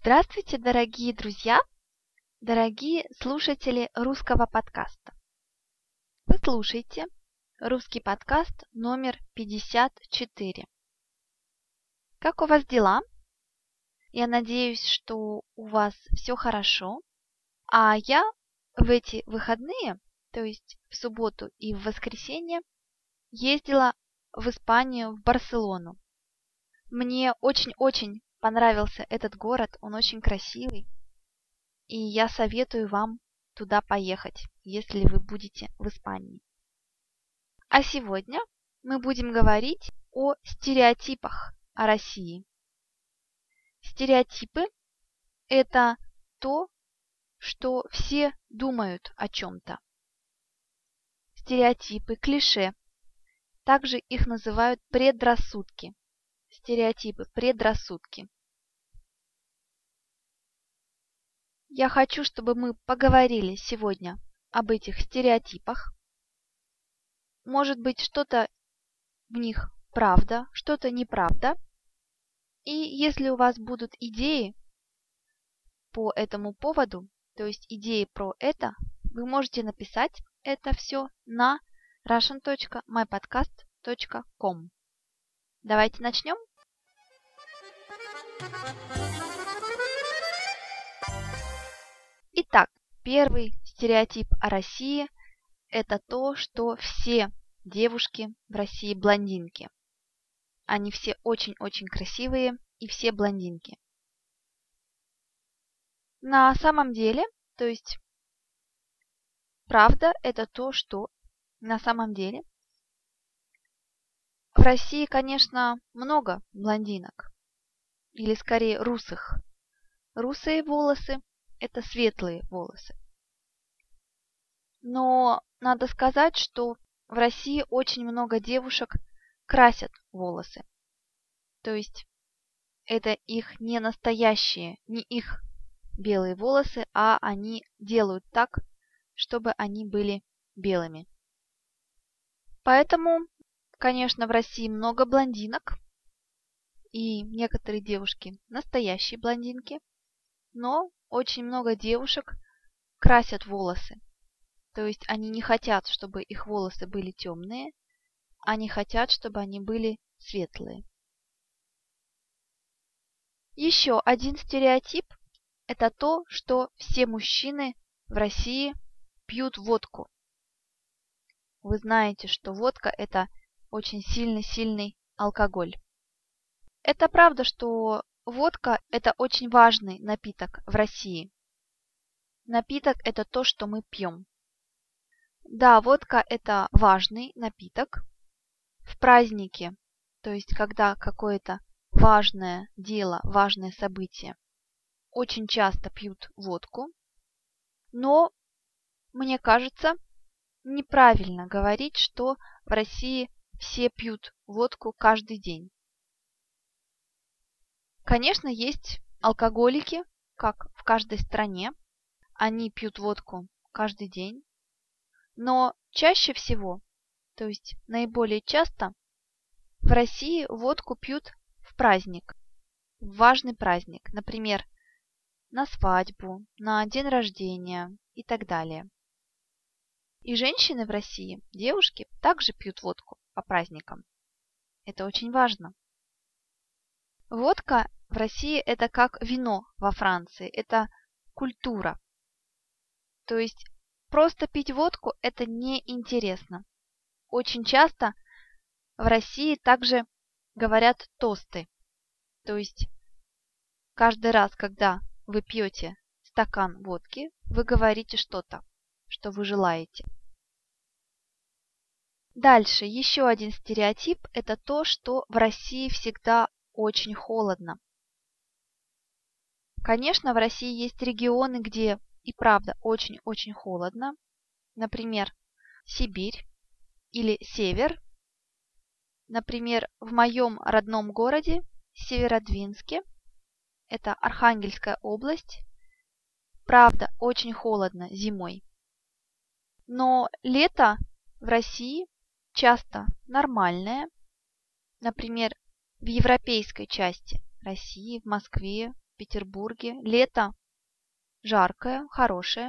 Здравствуйте, дорогие друзья, дорогие слушатели русского подкаста. Вы слушаете русский подкаст номер 54. Как у вас дела? Я надеюсь, что у вас все хорошо. А я в эти выходные, то есть в субботу и в воскресенье, ездила в Испанию, в Барселону. Мне очень-очень понравился этот город, он очень красивый. И я советую вам туда поехать, если вы будете в Испании. А сегодня мы будем говорить о стереотипах о России. Стереотипы – это то, что все думают о чем-то. Стереотипы, клише. Также их называют предрассудки. Стереотипы, предрассудки. Я хочу, чтобы мы поговорили сегодня об этих стереотипах. Может быть, что-то в них правда, что-то неправда. И если у вас будут идеи по этому поводу, то есть идеи про это, вы можете написать это все на russian.mypodcast.com. Давайте начнем. Итак, первый стереотип о России – это то, что все девушки в России блондинки. Они все очень-очень красивые и все блондинки. На самом деле, то есть правда это то, что на самом деле в России, конечно, много блондинок, или скорее русых. Русые волосы – это светлые волосы. Но надо сказать, что в России очень много девушек красят волосы. То есть это их не настоящие, не их белые волосы, а они делают так, чтобы они были белыми. Поэтому, конечно, в России много блондинок, и некоторые девушки настоящие блондинки, но очень много девушек красят волосы. То есть они не хотят, чтобы их волосы были темные, они хотят, чтобы они были светлые. Еще один стереотип – это то, что все мужчины в России пьют водку. Вы знаете, что водка – это очень сильный алкоголь. Это правда, что водка – это очень важный напиток в России. Напиток – это то, что мы пьем. Да, водка – это важный напиток. В празднике, то есть когда какое-то важное дело, важное событие, очень часто пьют водку. Но, мне кажется, неправильно говорить, что в России все пьют водку каждый день. Конечно, есть алкоголики, как в каждой стране. Они пьют водку каждый день. Но чаще всего, то есть наиболее часто, в России водку пьют в праздник, в важный праздник, например, на свадьбу, на день рождения и так далее. И женщины в России, девушки, также пьют водку по праздникам. Это очень важно. Водка в России – это как вино во Франции, это культура. То есть просто пить водку – это неинтересно. Очень часто в России также говорят тосты. То есть каждый раз, когда вы пьете стакан водки, вы говорите что-то, что вы желаете. Дальше, еще один стереотип – это то, что в России всегда очень холодно. Конечно, в России есть регионы, где и правда очень-очень холодно. Например, Сибирь или Север. Например, в моем родном городе Северодвинске, это Архангельская область, правда очень холодно зимой. Но лето в России часто нормальное. Например, в европейской части России, в Москве, в Петербурге. Лето жаркое, хорошее.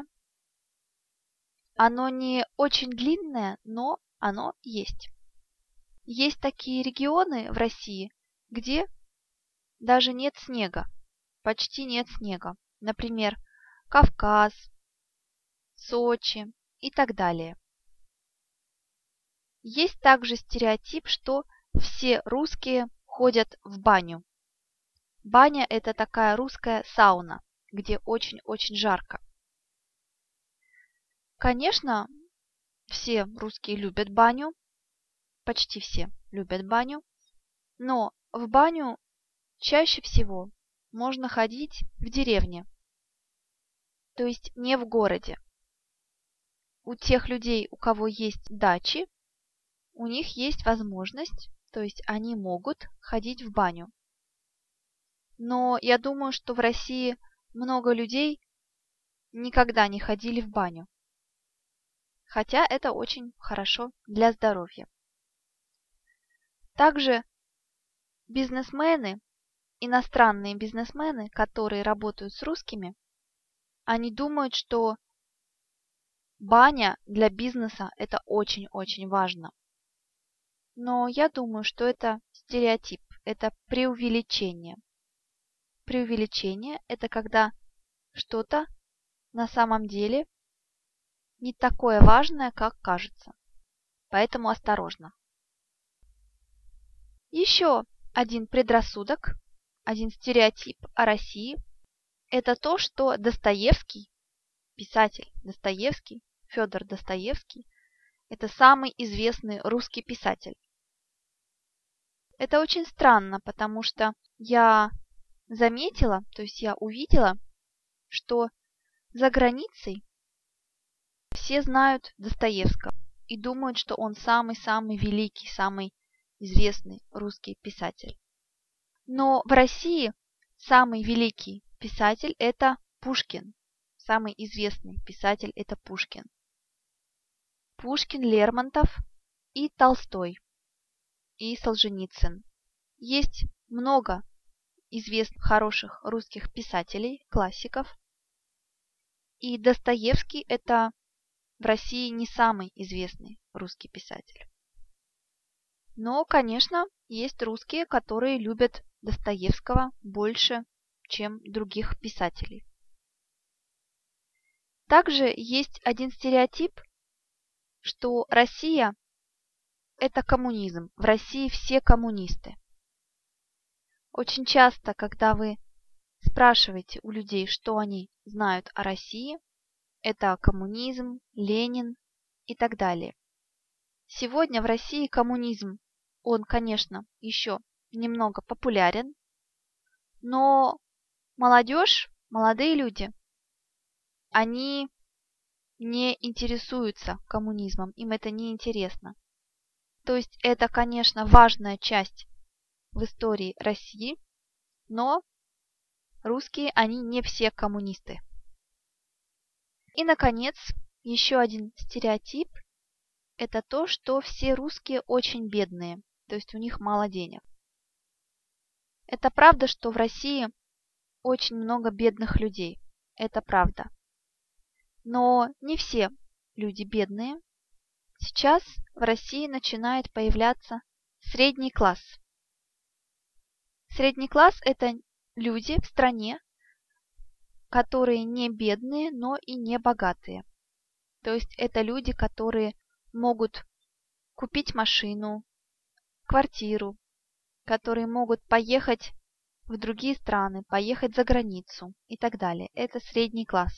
Оно не очень длинное, но оно есть. Есть такие регионы в России, где даже нет снега, почти нет снега. Например, Кавказ, Сочи и так далее. Есть также стереотип, что все русские ходят в баню. Баня – это такая русская сауна, где очень-очень жарко. Конечно, все русские любят баню, почти все любят баню, но в баню чаще всего можно ходить в деревне, то есть не в городе. У тех людей, у кого есть дачи, у них есть возможность, то есть они могут ходить в баню. Но я думаю, что в России много людей никогда не ходили в баню. Хотя это очень хорошо для здоровья. Также бизнесмены, иностранные бизнесмены, которые работают с русскими, они думают, что баня для бизнеса – это очень-очень важно. Но я думаю, что это стереотип, это преувеличение. Преувеличение – это когда что-то на самом деле не такое важное, как кажется. Поэтому осторожно. Еще один предрассудок, один стереотип о России – это то, что Достоевский, писатель Достоевский, Федор Достоевский, это самый известный русский писатель. Это очень странно, потому что я заметила, то есть я увидела, что за границей все знают Достоевского и думают, что он самый-самый великий, самый известный русский писатель. Но в России самый великий писатель – это Пушкин. Самый известный писатель – это Пушкин. Пушкин, Лермонтов и Толстой, и Солженицын. Есть много известных хороших русских писателей, классиков. И Достоевский – это в России не самый известный русский писатель. Но, конечно, есть русские, которые любят Достоевского больше, чем других писателей. Также есть один стереотип, что Россия – это коммунизм. В России все коммунисты. Очень часто, когда вы спрашиваете у людей, что они знают о России, это коммунизм, Ленин и так далее. Сегодня в России коммунизм, он, конечно, еще немного популярен, но молодежь, молодые люди, они не интересуются коммунизмом, им это не интересно. То есть это, конечно, важная часть в истории России, но русские, они не все коммунисты. И, наконец, еще один стереотип – это то, что все русские очень бедные, то есть у них мало денег. Это правда, что в России очень много бедных людей. Это правда. Но не все люди бедные. Сейчас в России начинает появляться средний класс. Средний класс – это люди в стране, которые не бедные, но и не богатые. То есть это люди, которые могут купить машину, квартиру, которые могут поехать в другие страны, поехать за границу и так далее. Это средний класс.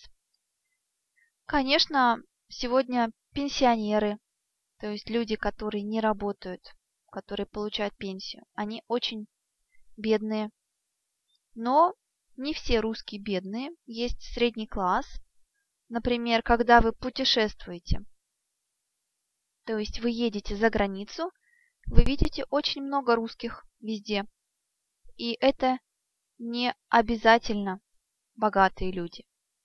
Конечно, сегодня пенсионеры, то есть люди, которые не работают, которые получают пенсию, они очень бедные. Но не все русские бедные, есть средний класс. Например, когда вы путешествуете, то есть вы едете за границу, вы видите очень много русских везде. И это не обязательно богатые люди.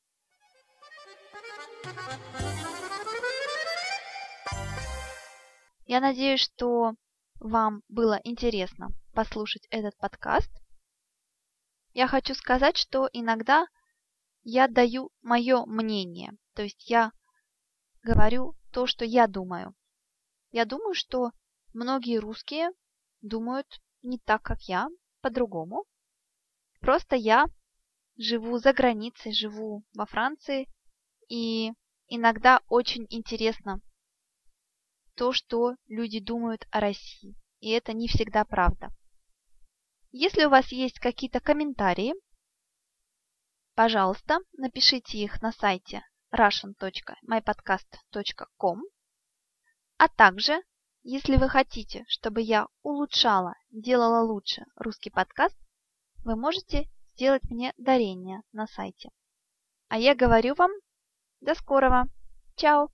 Я надеюсь, что вам было интересно послушать этот подкаст. Я хочу сказать, что иногда я даю мое мнение, то есть я говорю то, что я думаю. Я думаю, что многие русские думают не так, как я, по-другому. Просто я живу за границей, живу во Франции, и иногда очень интересно то, что люди думают о России. И это не всегда правда. Если у вас есть какие-то комментарии, пожалуйста, напишите их на сайте russian.mypodcast.com. А также, если вы хотите, чтобы я улучшала, делала лучше русский подкаст, вы можете сделать мне дарение на сайте. А я говорю вам до скорого. Чао!